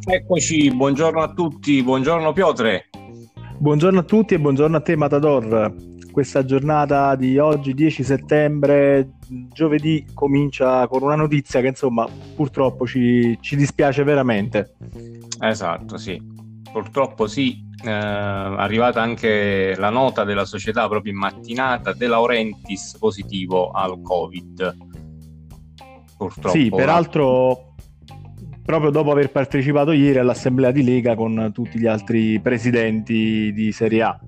Eccoci, buongiorno a tutti, buongiorno Piotre. Buongiorno a tutti e buongiorno a te Matador. Questa giornata di oggi, 10 settembre, giovedì, comincia con una notizia che insomma purtroppo ci dispiace veramente. Esatto, sì, purtroppo sì, è arrivata anche la nota della società proprio in mattinata, De Laurentiis positivo al Covid. Purtroppo. Sì, peraltro proprio dopo aver partecipato ieri all'assemblea di Lega con tutti gli altri presidenti di Serie A.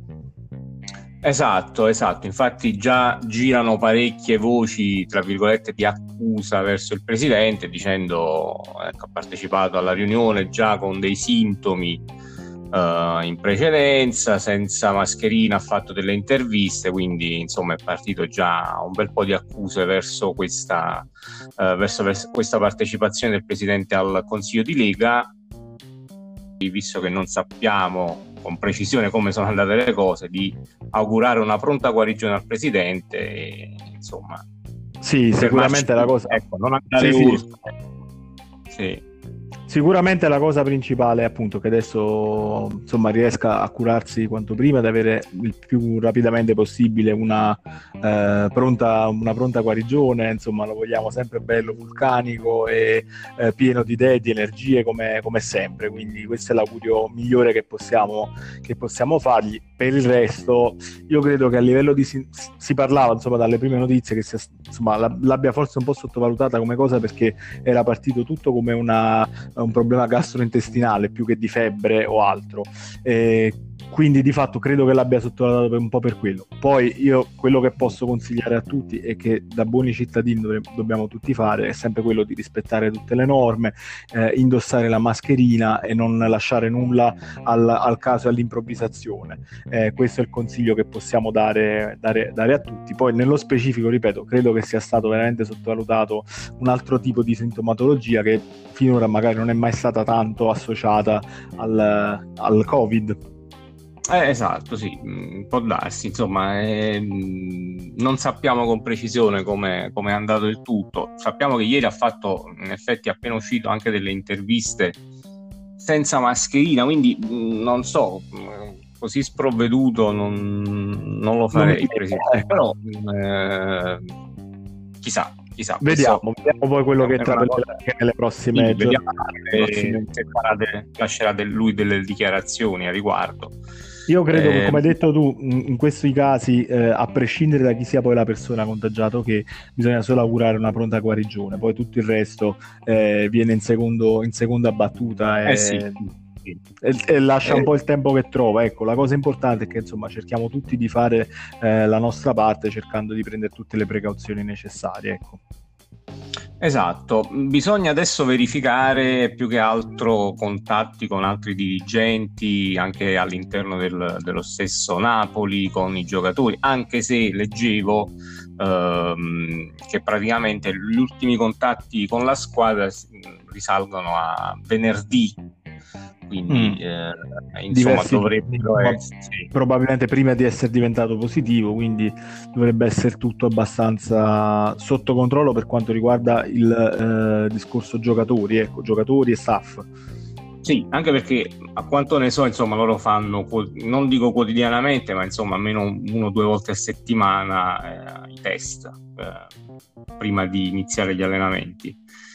Esatto, infatti già girano parecchie voci, tra virgolette, di accusa verso il presidente, dicendo ecco, ha partecipato alla riunione già con dei sintomi in precedenza, senza mascherina, ha fatto delle interviste, quindi insomma è partito già un bel po' di accuse verso questa partecipazione del presidente al Consiglio di Lega, visto che non sappiamo con precisione come sono andate le cose, di augurare una pronta guarigione al presidente e, insomma, sì, sicuramente la cosa, ecco, non andare oltre. Sì. Sicuramente la cosa principale è appunto che adesso insomma riesca a curarsi quanto prima, ad avere il più rapidamente possibile una pronta guarigione, insomma lo vogliamo sempre bello, vulcanico e pieno di idee, di energie come sempre, quindi questo è l'augurio migliore che possiamo fargli. Per il resto io credo che a livello di si parlava insomma dalle prime notizie che l'abbia forse un po' sottovalutata come cosa, perché era partito tutto come un problema gastrointestinale più che di febbre o altro, quindi di fatto credo che l'abbia sottovalutato un po' per quello. Poi io quello che posso consigliare a tutti e che da buoni cittadini dobbiamo tutti fare è sempre quello di rispettare tutte le norme, indossare la mascherina e non lasciare nulla al caso e all'improvvisazione. Questo è il consiglio che possiamo dare a tutti. Poi nello specifico, ripeto, credo che sia stato veramente sottovalutato un altro tipo di sintomatologia che finora magari non è mai stata tanto associata al Covid. Esatto, sì, può darsi, insomma, non sappiamo con precisione come è andato il tutto. Sappiamo che ieri ha fatto, in effetti, appena uscito anche delle interviste senza mascherina, quindi non so, così sprovveduto non lo farei, presidente, però chissà. Vediamo poi quello che trapela nelle prossime giornate. Lascerà lui delle dichiarazioni a riguardo. Io credo che, come hai detto tu, in questi casi, a prescindere da chi sia poi la persona contagiata, che bisogna solo augurare una pronta guarigione, poi tutto il resto viene in seconda battuta e lascia un po' il tempo che trova. Ecco, la cosa importante è che insomma cerchiamo tutti di fare la nostra parte, cercando di prendere tutte le precauzioni necessarie, ecco. Esatto, bisogna adesso verificare più che altro contatti con altri dirigenti anche all'interno dello stesso Napoli, con i giocatori, anche se leggevo che praticamente gli ultimi contatti con la squadra risalgono a venerdì, quindi insomma dovrebbero essere probabilmente prima di essere diventato positivo, quindi dovrebbe essere tutto abbastanza sotto controllo per quanto riguarda il discorso giocatori e staff. Sì, anche perché a quanto ne so, insomma, loro fanno, non dico quotidianamente, ma insomma almeno 1 o 2 volte a settimana i test prima di iniziare gli allenamenti,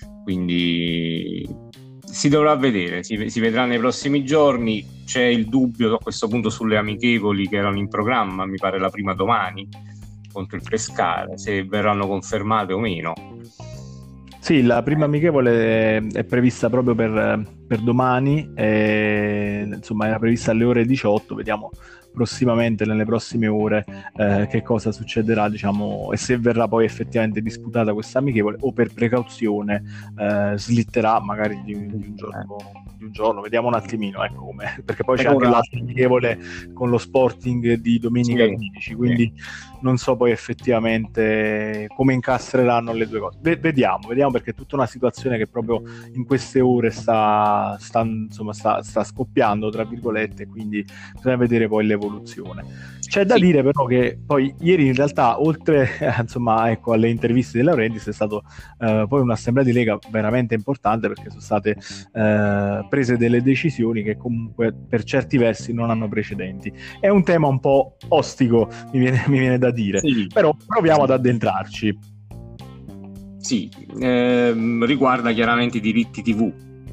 quindi si dovrà vedere, si vedrà nei prossimi giorni. C'è il dubbio a questo punto sulle amichevoli che erano in programma, mi pare la prima domani contro il Pescara, se verranno confermate o meno. Sì, la prima amichevole è prevista proprio per domani, insomma era prevista alle ore 18, vediamo prossimamente, nelle prossime ore, che cosa succederà, diciamo, e se verrà poi effettivamente disputata questa amichevole o per precauzione slitterà magari di un giorno, vediamo un attimino, ecco, perché poi c'è anche l'altra amichevole con lo Sporting di domenica 15, quindi non so poi effettivamente come incastreranno le due cose. Vediamo, perché è tutta una situazione che proprio in queste ore sta sta scoppiando, tra virgolette, quindi bisogna vedere poi l'evoluzione. C'è da dire però che poi ieri in realtà, oltre insomma, ecco, alle interviste di De Laurentiis, è stato poi un'assemblea di Lega veramente importante, perché sono state prese delle decisioni che comunque per certi versi non hanno precedenti. È un tema un po' ostico, mi viene da dire, però proviamo ad addentrarci. Sì, riguarda chiaramente i diritti TV.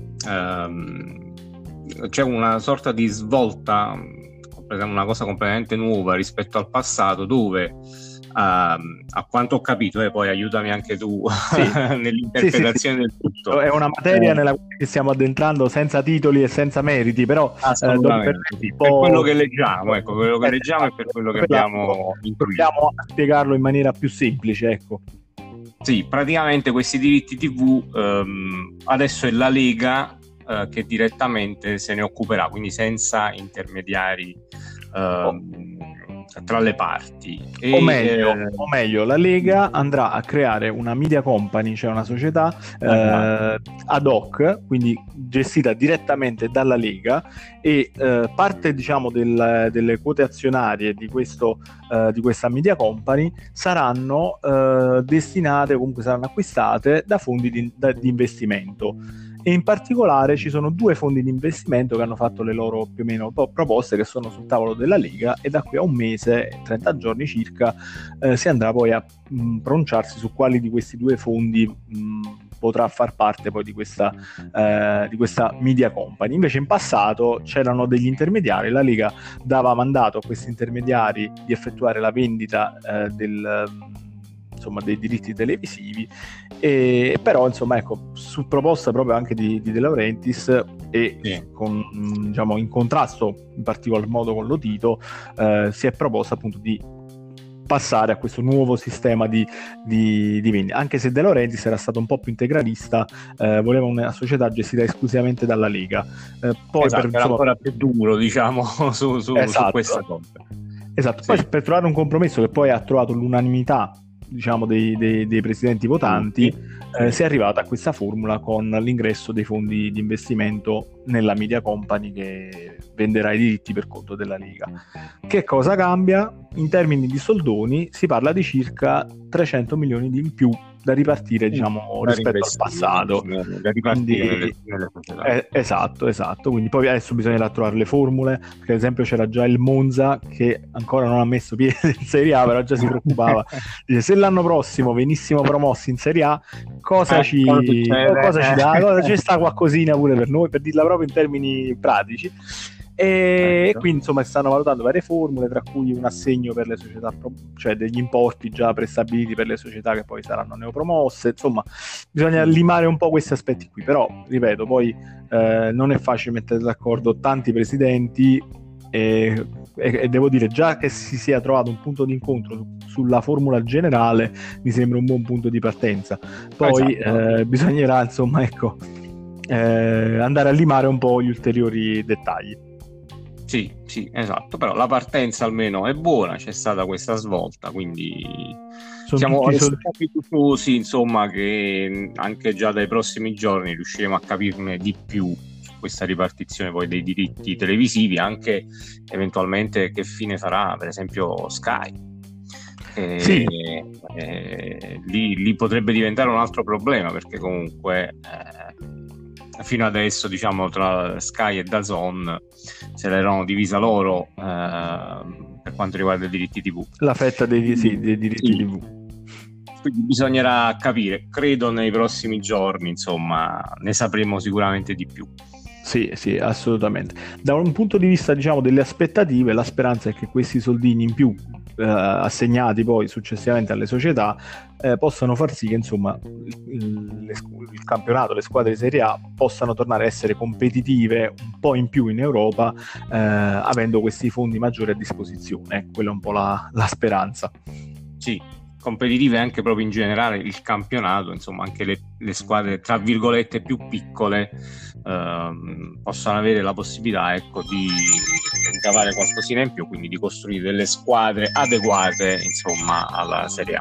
C'è una sorta di svolta, una cosa completamente nuova rispetto al passato, dove a quanto ho capito, poi aiutami anche tu nell'interpretazione del tutto. È una materia nella quale stiamo addentrando senza titoli e senza meriti, però per quello che leggiamo, ecco, quello che leggiamo e per quello che abbiamo intuito. Proviamo a spiegarlo in maniera più semplice, ecco. Sì, praticamente questi diritti TV adesso è la Lega che direttamente se ne occuperà, quindi senza intermediari tra le parti. O meglio, la Lega andrà a creare una media company, cioè una società ad hoc, quindi gestita direttamente dalla Lega, e parte, diciamo, delle quote azionarie di questa media company saranno destinate, comunque saranno acquistate da fondi di investimento. E in particolare ci sono 2 fondi di investimento che hanno fatto le loro più o meno proposte, che sono sul tavolo della Lega, e da qui a un mese, 30 giorni circa, si andrà poi a pronunciarsi su quali di questi 2 fondi potrà far parte poi di questa media company. Invece in passato c'erano degli intermediari, la Lega dava mandato a questi intermediari di effettuare la vendita dei diritti televisivi, e però insomma, ecco, su proposta proprio anche di De Laurentiis e diciamo in contrasto in particolar modo con Lotito, si è proposto appunto di passare a questo nuovo sistema di vendita, anche se De Laurentiis era stato un po' più integralista, voleva una società gestita esclusivamente dalla Lega, poi era ancora più duro, diciamo, su questa cosa. Esatto, poi per trovare un compromesso che poi ha trovato l'unanimità, diciamo, dei presidenti votanti, si è arrivata a questa formula con l'ingresso dei fondi di investimento nella media company che venderà i diritti per conto della Lega. Che cosa cambia? In termini di soldoni si parla di circa 300 milioni di in più da ripartire, diciamo, rispetto al passato. Da ripartire nelle società. Esatto. Quindi poi adesso bisognerà trovare le formule, perché ad esempio c'era già il Monza che ancora non ha messo piede in Serie A, però già si preoccupava. Dice, se l'anno prossimo venissimo promossi in Serie A, cosa ci dà? Cosa ci sta qualcosina pure per noi, per dirla proprio in termini pratici. E quindi insomma stanno valutando varie formule, tra cui un assegno per le società, cioè degli importi già prestabiliti per le società che poi saranno neopromosse. Insomma, bisogna limare un po' questi aspetti qui, però ripeto, poi non è facile mettere d'accordo tanti presidenti, e devo dire, già che si sia trovato un punto di incontro sulla formula generale mi sembra un buon punto di partenza. Poi bisognerà, insomma, ecco, andare a limare un po' gli ulteriori dettagli. Sì, esatto, però la partenza almeno è buona, c'è stata questa svolta, quindi siamo sì, insomma, che anche già dai prossimi giorni riusciremo a capirne di più su questa ripartizione poi dei diritti televisivi, anche eventualmente che fine farà per esempio Sky. Lì potrebbe diventare un altro problema, perché comunque fino adesso, diciamo, tra Sky e DAZN se l'erano divisa loro per quanto riguarda i diritti TV, la fetta dei diritti TV. Quindi bisognerà capire, credo nei prossimi giorni, insomma, ne sapremo sicuramente di più. Sì, assolutamente. Da un punto di vista, diciamo, delle aspettative, la speranza è che questi soldini in più assegnati poi successivamente alle società possano far sì che, insomma, il campionato, le squadre di Serie A possano tornare a essere competitive un po' in più in Europa, avendo questi fondi maggiori a disposizione. Quella è un po' la speranza. Sì, competitive anche proprio in generale il campionato, insomma, anche le squadre tra virgolette più piccole possono avere la possibilità, ecco, di ricavare qualcosina in più, quindi di costruire delle squadre adeguate, insomma, alla Serie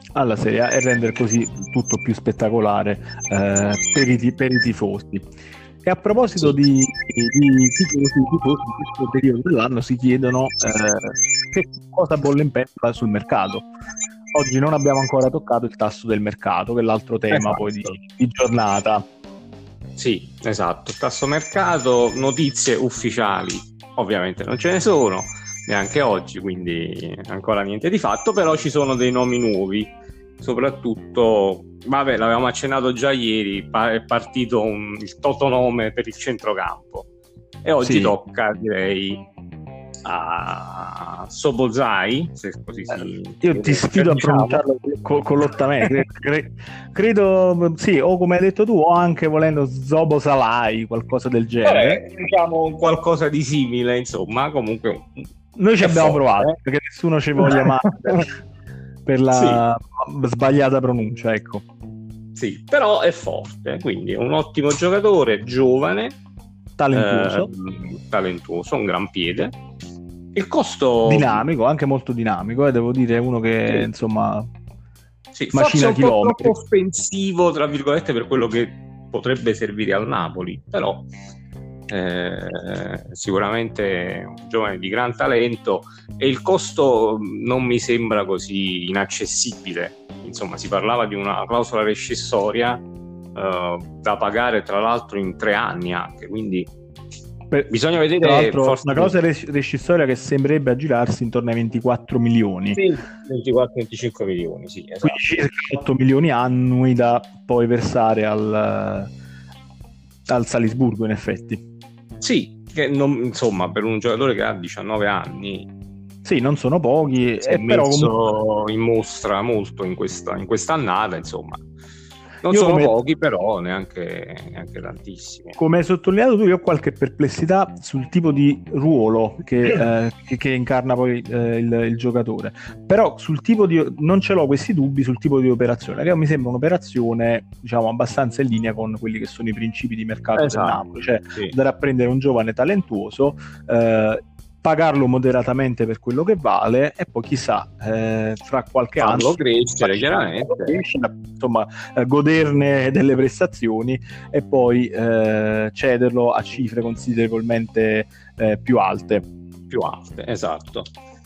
A, e rendere così tutto più spettacolare per i tifosi. E a proposito Sì. di tifosi in questo periodo dell'anno si chiedono che cosa bolle in pentola sul mercato. Oggi non abbiamo ancora toccato il tasso del mercato, che è l'altro tema poi Esatto. di giornata. Sì, esatto. Tasso mercato, notizie ufficiali, ovviamente non ce ne sono neanche oggi, quindi ancora niente di fatto, però ci sono dei nomi nuovi, soprattutto, vabbè, l'avevamo accennato già ieri, è partito il totonome per il centrocampo e oggi Sì. tocca, direi, a Szoboszlai, se così Io ti sfido a diciamo. pronunciarlo con l'ottamento. Credo, sì, o come hai detto tu, o anche volendo Szoboszlai, qualcosa del genere. Diciamo qualcosa di simile, insomma, comunque Noi ci è abbiamo forte, provato, perché nessuno ci voglia male per Sì, la sbagliata pronuncia, ecco. sì, però è forte, quindi è un ottimo giocatore, giovane, Talentuoso, talentuoso, un gran piede. Il costo dinamico, anche molto dinamico, devo dire, è uno che, sì, insomma, sì, forse macina un po' chilometri. troppo offensivo, tra virgolette, per quello che potrebbe servire al Napoli, però sicuramente un giovane di gran talento e il costo non mi sembra così inaccessibile. Insomma, si parlava di una clausola rescissoria da pagare tra l'altro in 3 anni anche, quindi bisogna Tra vedere. l'altro, Forse una cosa rescissoria che sembrerebbe aggirarsi intorno ai 24 milioni, sì, 24-25 milioni, sì, esatto. quindi circa 8 milioni annui da poi versare al Salisburgo, in effetti. Sì, che insomma, per un giocatore che ha 19 anni Sì, non sono pochi, si è però messo comunque in mostra molto in quest'annata, insomma. Non io sono come pochi, però neanche tantissimi. Come hai sottolineato tu, io ho qualche perplessità sul tipo di ruolo che incarna poi il giocatore, però sul tipo non ce l'ho questi dubbi sul tipo di operazione, che mi sembra un'operazione, diciamo, abbastanza in linea con quelli che sono i principi di mercato del Napoli, cioè sì. andare a prendere un giovane talentuoso, pagarlo moderatamente per quello che vale e poi chissà, fra qualche Farlo anno crescere, chiaramente. insomma, goderne delle prestazioni e poi cederlo a cifre considerevolmente più alte. Esatto.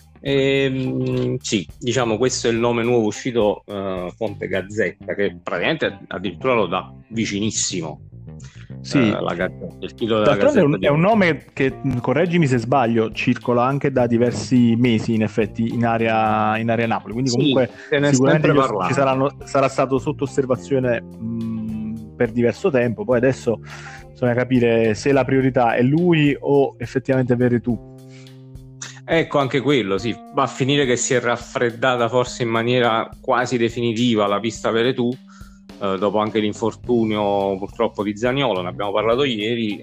Sì, diciamo, questo è il nome nuovo uscito, fonte Gazzetta, che praticamente addirittura lo dà vicinissimo. Sì, La Gazzetta, il titolo della d'altronde Gazzetta è un nome che, correggimi se sbaglio, circola anche da diversi mesi in effetti in area Napoli, quindi comunque se ne è sicuramente sempre parlato. sarà stato sotto osservazione per diverso tempo. Poi adesso bisogna capire se la priorità è lui o effettivamente Veretù. Ecco, anche quello, sì, va a finire che si è raffreddata forse in maniera quasi definitiva la pista Veretù, dopo anche l'infortunio purtroppo di Zaniolo, ne abbiamo parlato ieri,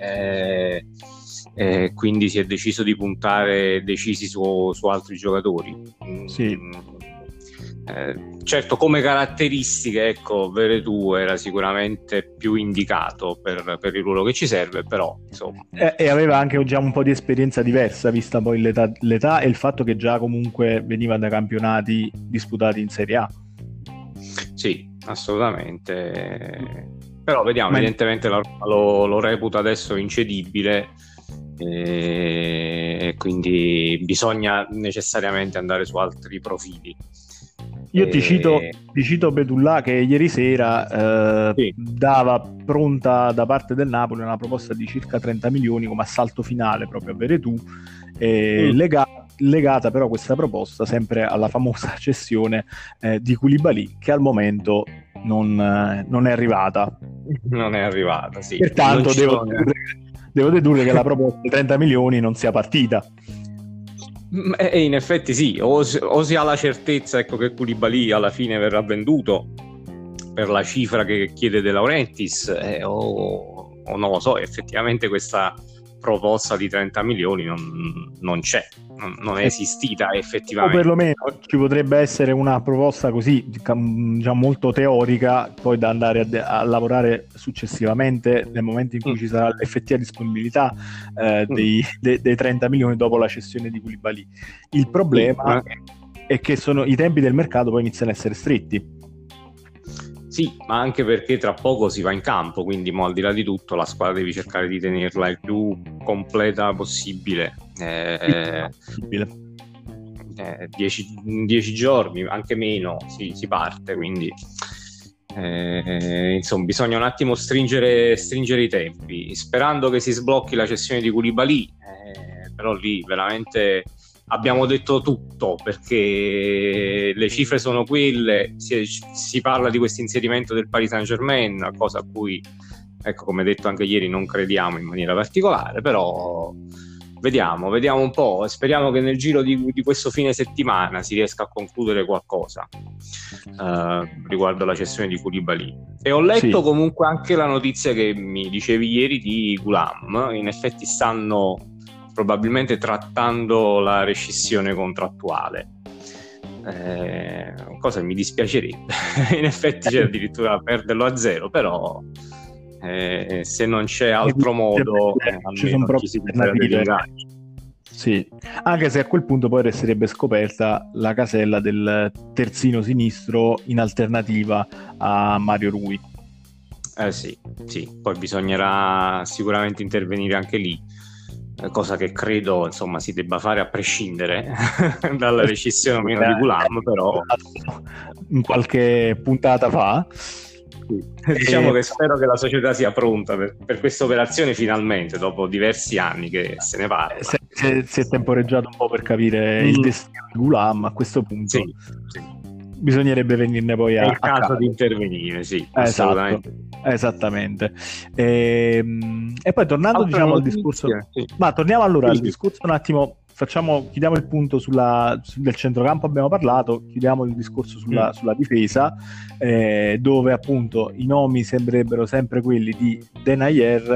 quindi si è deciso di puntare decisi su altri giocatori. Sì. Certo, come caratteristiche, ecco, Veretù era sicuramente più indicato per il ruolo che ci serve, però insomma. E aveva anche già un po' di esperienza diversa, vista poi l'età e il fatto che già comunque veniva da campionati disputati in Serie A. Sì, assolutamente. Però vediamo, evidentemente lo reputa adesso incedibile, e quindi bisogna necessariamente andare su altri profili. Io ti cito Bedullà, che ieri sera sì. dava pronta da parte del Napoli una proposta di circa 30 milioni come assalto finale proprio a Veretù, legata però questa proposta sempre alla famosa cessione di Koulibaly, che al momento non è arrivata. Non è arrivata, sì. Pertanto devo dedurre che la proposta di 30 milioni non sia partita. E in effetti sì, o si ha la certezza, ecco, che Koulibaly alla fine verrà venduto per la cifra che chiede De Laurentiis, o non lo so, effettivamente questa proposta di 30 milioni non c'è, non è esistita effettivamente. O perlomeno ci potrebbe essere una proposta così, diciamo, molto teorica, poi da andare a lavorare successivamente nel momento in cui ci sarà l'effettiva disponibilità dei 30 milioni dopo la cessione di Koulibaly. Il problema è che i tempi del mercato poi iniziano a essere stretti. Sì, ma anche perché tra poco si va in campo, quindi mo, al di là di tutto la squadra devi cercare di tenerla il più completa possibile. 10 giorni, anche meno, si parte, quindi insomma bisogna un attimo stringere i tempi, sperando che si sblocchi la cessione di Koulibaly, però lì veramente abbiamo detto tutto, perché le cifre sono quelle, si parla di questo inserimento del Paris Saint-Germain, cosa a cui, ecco, come detto anche ieri, non crediamo in maniera particolare, però vediamo un po', speriamo che nel giro di questo fine settimana si riesca a concludere qualcosa riguardo la cessione di Koulibaly. E ho letto comunque anche la notizia che mi dicevi ieri di Ghoulam, in effetti stanno probabilmente trattando la rescissione contrattuale, cosa che mi dispiacerebbe. In effetti c'è addirittura perderlo a zero, però se non c'è altro modo, ci sono almeno ci si perde l'ingaggio. Sì, anche se a quel punto poi resterebbe scoperta la casella del terzino sinistro in alternativa a Mario Rui. Sì, poi bisognerà sicuramente intervenire anche lì, cosa che credo insomma si debba fare a prescindere dalla rescissione o meno di Ghoulam, però in qualche puntata fa. Diciamo che spero che la società sia pronta per questa operazione finalmente, dopo diversi anni che se ne parla. Si è temporeggiato un po' per capire il destino di Ghoulam. A questo punto bisognerebbe venirne poi a caso di intervenire, sì, assolutamente. Esattamente. E poi tornando al discorso, ma torniamo allora al discorso un attimo. Chiudiamo il punto del centrocampo, abbiamo parlato, chiudiamo il discorso sulla difesa, dove appunto i nomi sembrerebbero sempre quelli di Denayer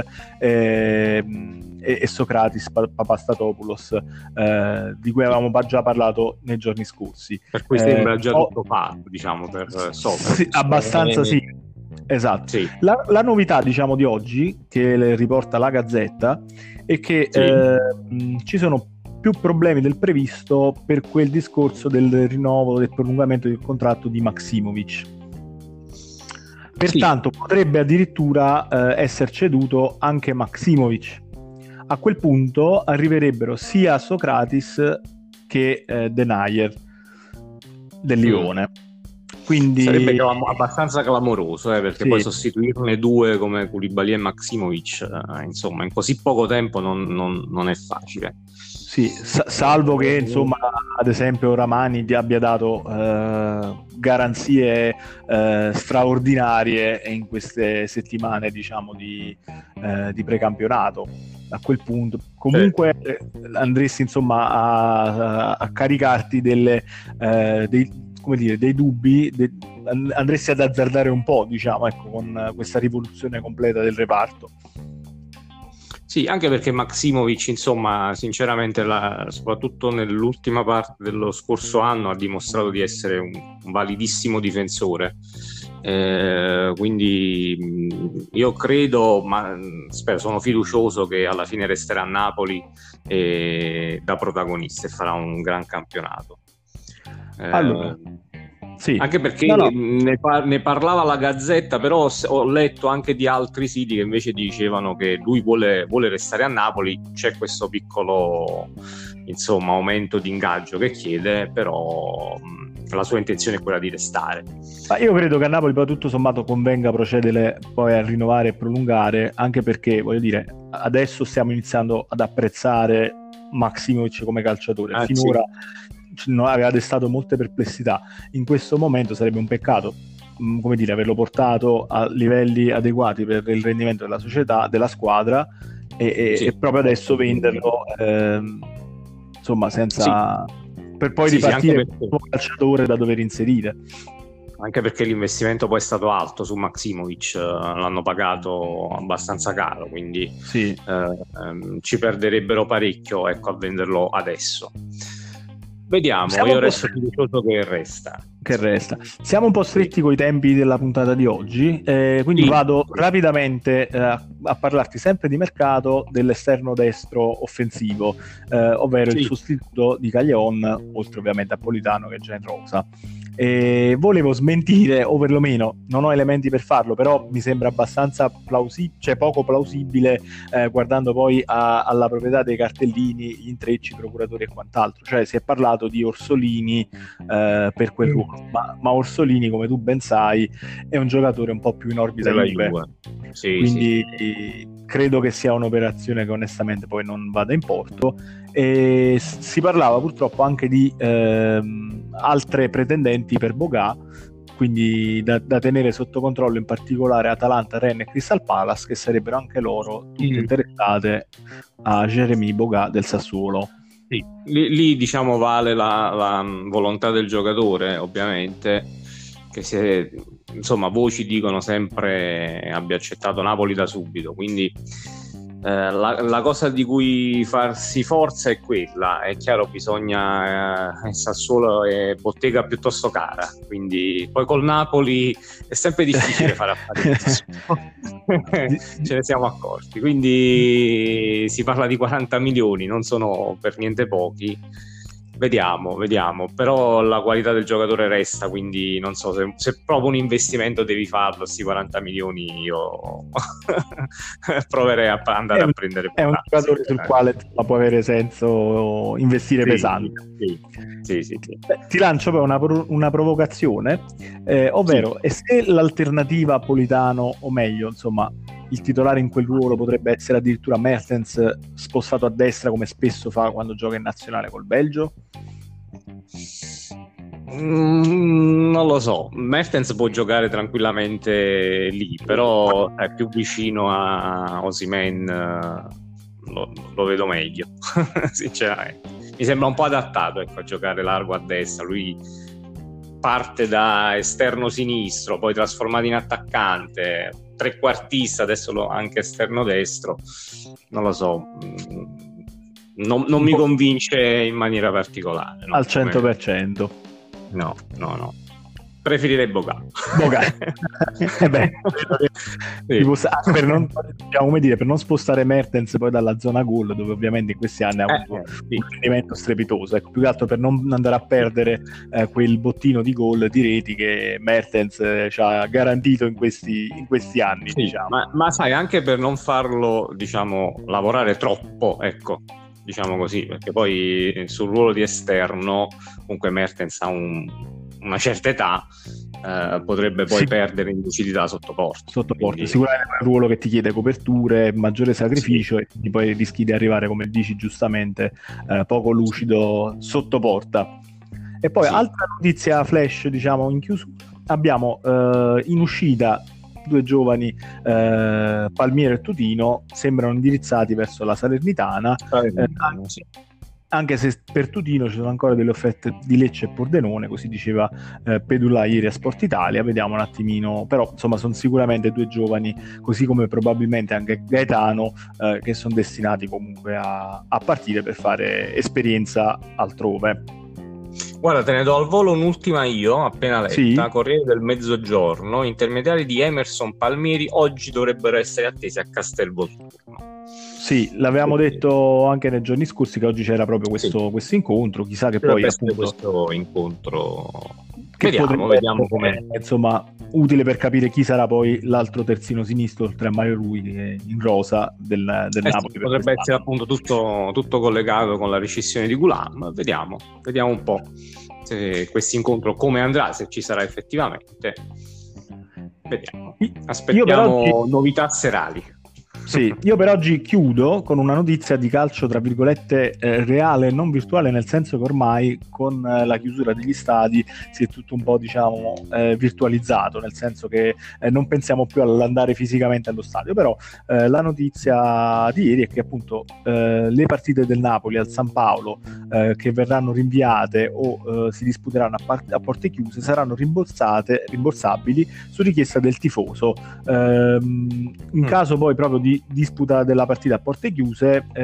e Socratis Papastatopoulos, di cui avevamo già parlato nei giorni scorsi. Per cui sembra già tutto fatto, diciamo, per Socratis. Sì, abbastanza sì. Esatto. Sì. La novità, diciamo, di oggi, che riporta la Gazzetta, è che ci sono più problemi del previsto per quel discorso del rinnovo, del prolungamento del contratto di Maksimovic. Pertanto potrebbe addirittura essere ceduto anche Maksimovic. A quel punto arriverebbero sia Socratis che Denayer del Lione. Quindi sarebbe abbastanza clamoroso, perché poi sostituirne due come Koulibaly e Maksimovic, insomma, in così poco tempo non è facile. Sì, salvo che insomma, ad esempio, Ramani ti abbia dato garanzie straordinarie in queste settimane, diciamo, di precampionato. A quel punto comunque andresti insomma a caricarti dei dubbi, andresti ad azzardare un po', diciamo, ecco, con questa rivoluzione completa del reparto. Sì, anche perché Maksimovic, insomma, sinceramente, soprattutto nell'ultima parte dello scorso anno, ha dimostrato di essere un validissimo difensore. Quindi io credo, ma spero, sono fiducioso che alla fine resterà a Napoli da protagonista e farà un gran campionato. Allora, sì. Anche perché ne parlava la Gazzetta, però ho letto anche di altri siti che invece dicevano che lui vuole restare a Napoli. C'è questo piccolo, insomma, aumento di ingaggio che chiede, però la sua intenzione è quella di restare. Ma io credo che a Napoli poi tutto sommato convenga procedere poi a rinnovare e prolungare, anche perché, voglio dire, adesso stiamo iniziando ad apprezzare Maksimovic come calciatore. Finora aveva destato molte perplessità. In questo momento sarebbe un peccato, come dire, averlo portato a livelli adeguati per il rendimento della società, della squadra, e proprio adesso venderlo insomma senza per poi ripartire con un calciatore da dover inserire. Anche perché l'investimento poi è stato alto su Maksimovic, l'hanno pagato abbastanza caro, quindi ci perderebbero parecchio, ecco, a venderlo adesso. Vediamo, io resto fiducioso che resta. che resta. Siamo un po' stretti coi tempi della puntata di oggi, quindi vado rapidamente a parlarti sempre di mercato dell'esterno destro offensivo, ovvero il sostituto di Caglion, oltre ovviamente a Politano che è già in rosa. E volevo smentire, o perlomeno non ho elementi per farlo, però mi sembra abbastanza poco plausibile, guardando poi alla proprietà dei cartellini, gli intrecci, procuratori e quant'altro. Cioè si è parlato di Orsolini per quel ruolo, ma Orsolini, come tu ben sai, è un giocatore un po' più in orbita Juve. Quindi credo che sia un'operazione che onestamente poi non vada in porto. E si parlava purtroppo anche di altre pretendenti per Boga, quindi da tenere sotto controllo, in particolare Atalanta, Rennes e Crystal Palace, che sarebbero anche loro tutte interessate a Jeremy Boga del Sassuolo. Sì. Lì diciamo vale la volontà del giocatore, ovviamente, che insomma voci dicono sempre abbia accettato Napoli da subito, quindi la cosa di cui farsi forza è quella. È chiaro, bisogna Sassuolo è bottega piuttosto cara, quindi poi col Napoli è sempre difficile fare affari ce ne siamo accorti, quindi si parla di 40 milioni, non sono per niente pochi. Vediamo, però la qualità del giocatore resta, quindi non so se proprio un investimento devi farlo, questi 40 milioni io proverei a andare a prendere. È un giocatore sul quale può avere senso investire pesante. Sì. Ti lancio poi una provocazione, ovvero e se l'alternativa a Politano, o meglio, insomma, il titolare in quel ruolo potrebbe essere addirittura Mertens spostato a destra, come spesso fa quando gioca in nazionale col Belgio? Non lo so, Mertens può giocare tranquillamente lì, però è più vicino a Osimhen, lo vedo meglio sinceramente. Mi sembra un po' adattato, ecco, a giocare largo a destra. Lui parte da esterno sinistro, poi trasformato in attaccante, trequartista, adesso anche esterno destro. Non lo so, non mi convince in maniera particolare, no? Al 100%. No. Preferirei Boga. Per non spostare Mertens poi dalla zona gol, dove ovviamente in questi anni ha avuto un rendimento strepitoso, ecco, più che altro per non andare a perdere quel bottino di gol, di reti che Mertens ci ha garantito in questi anni, diciamo. Ma sai, anche per non farlo, diciamo, lavorare troppo, ecco, diciamo così, perché poi sul ruolo di esterno comunque Mertens ha una certa età, potrebbe poi perdere in lucidità sotto porta. Quindi... sicuramente è un ruolo che ti chiede coperture, maggiore sacrificio, e quindi poi rischi di arrivare, come dici giustamente, poco lucido sotto porta. E poi altra notizia flash, diciamo, in chiusura, abbiamo in uscita due giovani, Palmiero e Tutino, sembrano indirizzati verso la Salernitana, anche se per Tutino ci sono ancora delle offerte di Lecce e Pordenone, così diceva Pedulà ieri a Sport Italia. Vediamo un attimino, però insomma sono sicuramente due giovani, così come probabilmente anche Gaetano, che sono destinati comunque a partire per fare esperienza altrove. Guarda, te ne do al volo un'ultima io, appena letta, Corriere del Mezzogiorno: intermediari di Emerson Palmieri oggi dovrebbero essere attesi a Castelvolturno. Sì, l'avevamo detto anche nei giorni scorsi che oggi c'era proprio questo incontro, chissà che poi appunto questo incontro che vediamo com'è, insomma, utile per capire chi sarà poi l'altro terzino sinistro oltre a Mario Rui, che è in rosa del Napoli. Potrebbe essere appunto tutto collegato con la rescissione di Goulam. Vediamo un po' se questo incontro come andrà, se ci sarà effettivamente. Vediamo, aspettiamo novità serali. Sì, io per oggi chiudo con una notizia di calcio tra virgolette reale e non virtuale, nel senso che ormai con la chiusura degli stadi si è tutto un po', diciamo, virtualizzato, nel senso che non pensiamo più all'andare fisicamente allo stadio. Però la notizia di ieri è che appunto le partite del Napoli al San Paolo che verranno rinviate o si disputeranno a porte chiuse saranno rimborsabili su richiesta del tifoso. In caso poi proprio di disputa della partita a porte chiuse,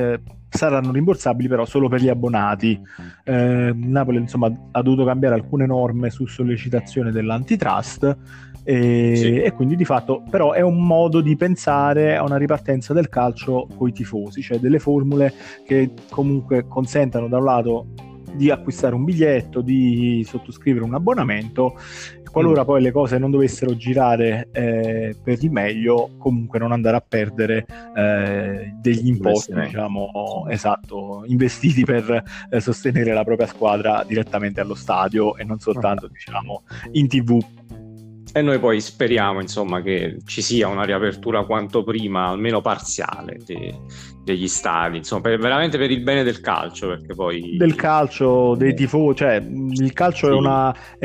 saranno rimborsabili però solo per gli abbonati. Napoli insomma ha dovuto cambiare alcune norme su sollecitazione dell'antitrust e quindi di fatto però è un modo di pensare a una ripartenza del calcio coi tifosi, cioè delle formule che comunque consentano da un lato di acquistare un biglietto, di sottoscrivere un abbonamento, qualora poi le cose non dovessero girare per il meglio, comunque non andare a perdere degli imposti, diciamo, esatto, investiti per sostenere la propria squadra direttamente allo stadio e non soltanto, diciamo, in TV. E noi poi speriamo, insomma, che ci sia una riapertura quanto prima, almeno parziale, degli stadi, insomma, veramente per il bene del calcio, perché poi del calcio, dei tifosi, cioè il calcio è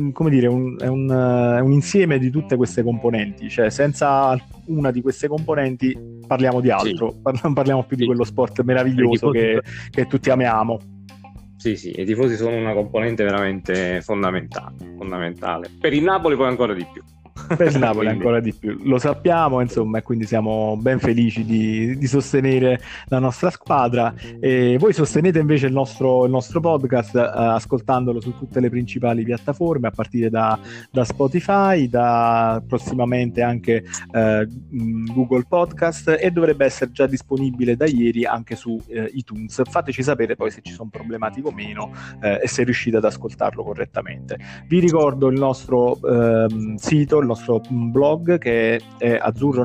un insieme di tutte queste componenti, cioè senza una di queste componenti parliamo di altro, non parliamo più di quello sport meraviglioso che tutti amiamo. Sì, i tifosi sono una componente veramente fondamentale. Per il Napoli poi ancora di più. Per il Napoli ancora di più, lo sappiamo, insomma, e quindi siamo ben felici di sostenere la nostra squadra. E voi sostenete invece il nostro podcast ascoltandolo su tutte le principali piattaforme, a partire da Spotify, da prossimamente anche Google Podcast, e dovrebbe essere già disponibile da ieri anche su iTunes. Fateci sapere poi se ci sono problematiche o meno e se riuscite ad ascoltarlo correttamente. Vi ricordo il nostro sito, il nostro blog, che è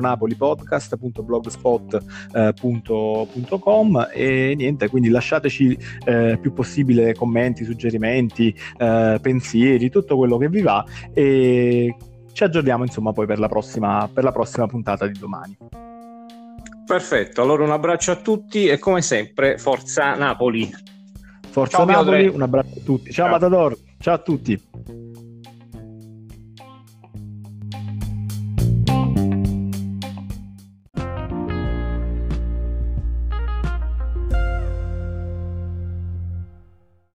azzurronapolipodcast.blogspot.com, e niente, quindi lasciateci più possibile commenti, suggerimenti, pensieri, tutto quello che vi va, e ci aggiorniamo insomma poi per la prossima puntata di domani. Perfetto, allora un abbraccio a tutti e come sempre forza Napoli. Forza Napoli, un abbraccio a tutti. Ciao Matador, ciao a tutti.